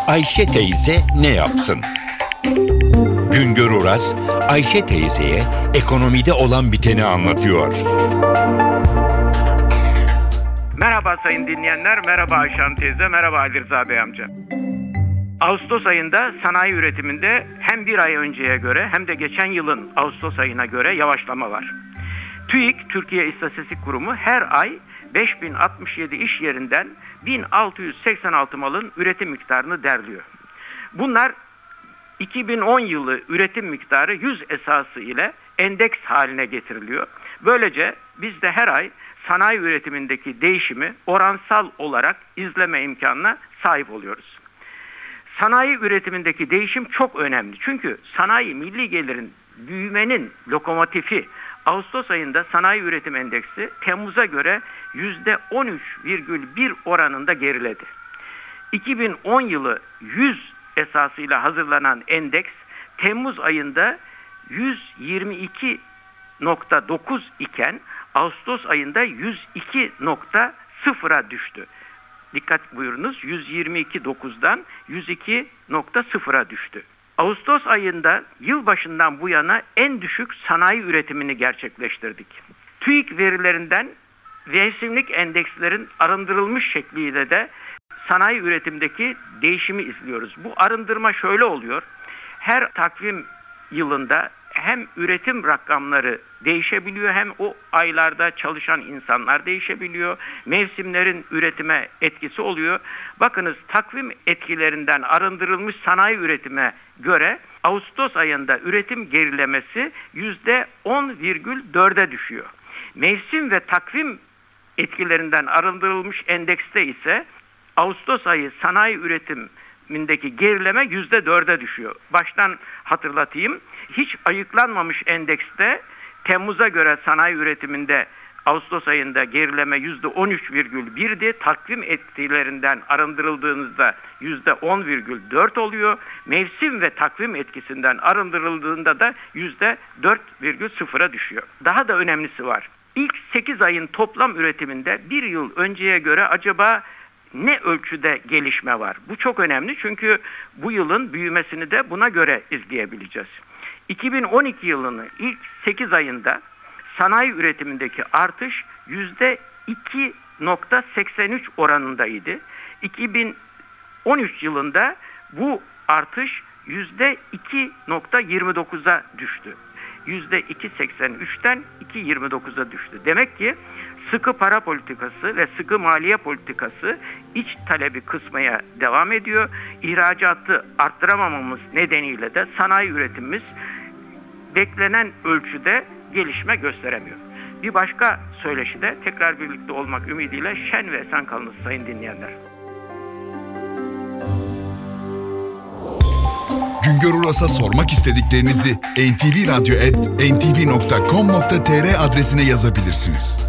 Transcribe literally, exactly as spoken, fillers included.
Ayşe teyze ne yapsın? Güngör Oras, Ayşe teyzeye ekonomide olan biteni anlatıyor. Merhaba sayın dinleyenler, merhaba Ayşe Hanım teyze, merhaba Ali Rıza Bey amca. Ağustos ayında sanayi üretiminde hem bir ay önceye göre hem de geçen yılın Ağustos ayına göre yavaşlama var. TÜİK, Türkiye İstatistik Kurumu her ay beş bin altmış yedi iş yerinden bin altı yüz seksen altı malın üretim miktarını derliyor. Bunlar iki bin on yılı üretim miktarı yüz esası ile endeks haline getiriliyor. Böylece biz de her ay sanayi üretimindeki değişimi oransal olarak izleme imkanına sahip oluyoruz. Sanayi üretimindeki değişim çok önemli. Çünkü sanayi milli gelirin büyümenin lokomotifi. Ağustos ayında sanayi üretim endeksi Temmuz'a göre yüzde on üç virgül bir oranında geriledi. iki bin on yılı yüz esasıyla hazırlanan endeks Temmuz ayında yüz yirmi iki virgül dokuz iken Ağustos ayında yüz iki virgül sıfıra düştü. Dikkat buyurunuz, yüz yirmi iki virgül dokuzdan yüz iki virgül sıfıra düştü. Ağustos ayında yılbaşından bu yana en düşük sanayi üretimini gerçekleştirdik. TÜİK verilerinden mevsimlik endekslerin arındırılmış şekliyle de sanayi üretimdeki değişimi izliyoruz. Bu arındırma şöyle oluyor. Her takvim yılında hem üretim rakamları değişebiliyor, hem o aylarda çalışan insanlar değişebiliyor. Mevsimlerin üretime etkisi oluyor. Bakınız, takvim etkilerinden arındırılmış sanayi üretime göre Ağustos ayında üretim gerilemesi yüzde on virgül dörde düşüyor. Mevsim ve takvim etkilerinden arındırılmış endekste ise Ağustos ayı sanayi üretimindeki gerileme yüzde dörde düşüyor. Baştan hatırlatayım. Hiç ayıklanmamış endekste Temmuz'a göre sanayi üretiminde Ağustos ayında gerileme yüzde on üç virgül birdi. Takvim etkilerinden arındırıldığınızda yüzde on virgül dört oluyor. Mevsim ve takvim etkisinden arındırıldığında da yüzde dört virgül sıfıra düşüyor. Daha da önemlisi var. İlk sekiz ayın toplam üretiminde bir yıl önceye göre acaba ne ölçüde gelişme var? Bu çok önemli, çünkü bu yılın büyümesini de buna göre izleyebileceğiz. iki bin on iki yılının ilk sekiz ayında sanayi üretimindeki artış yüzde iki virgül seksen üç oranındaydı. iki bin on üç yılında bu artış yüzde iki virgül yirmi dokuza düştü. yüzde iki virgül seksen üçten iki virgül yirmi dokuza düştü. Demek ki sıkı para politikası ve sıkı maliye politikası iç talebi kısmaya devam ediyor. İhracatı arttıramamamız nedeniyle de sanayi üretimimiz beklenen ölçüde gelişme gösteremiyor. Bir başka söyleşide tekrar birlikte olmak ümidiyle şen ve esen kalınız sayın dinleyenler. Güngör Oras'a sormak istediklerinizi en ti vi radyo et en ti vi nokta com nokta tr adresine yazabilirsiniz.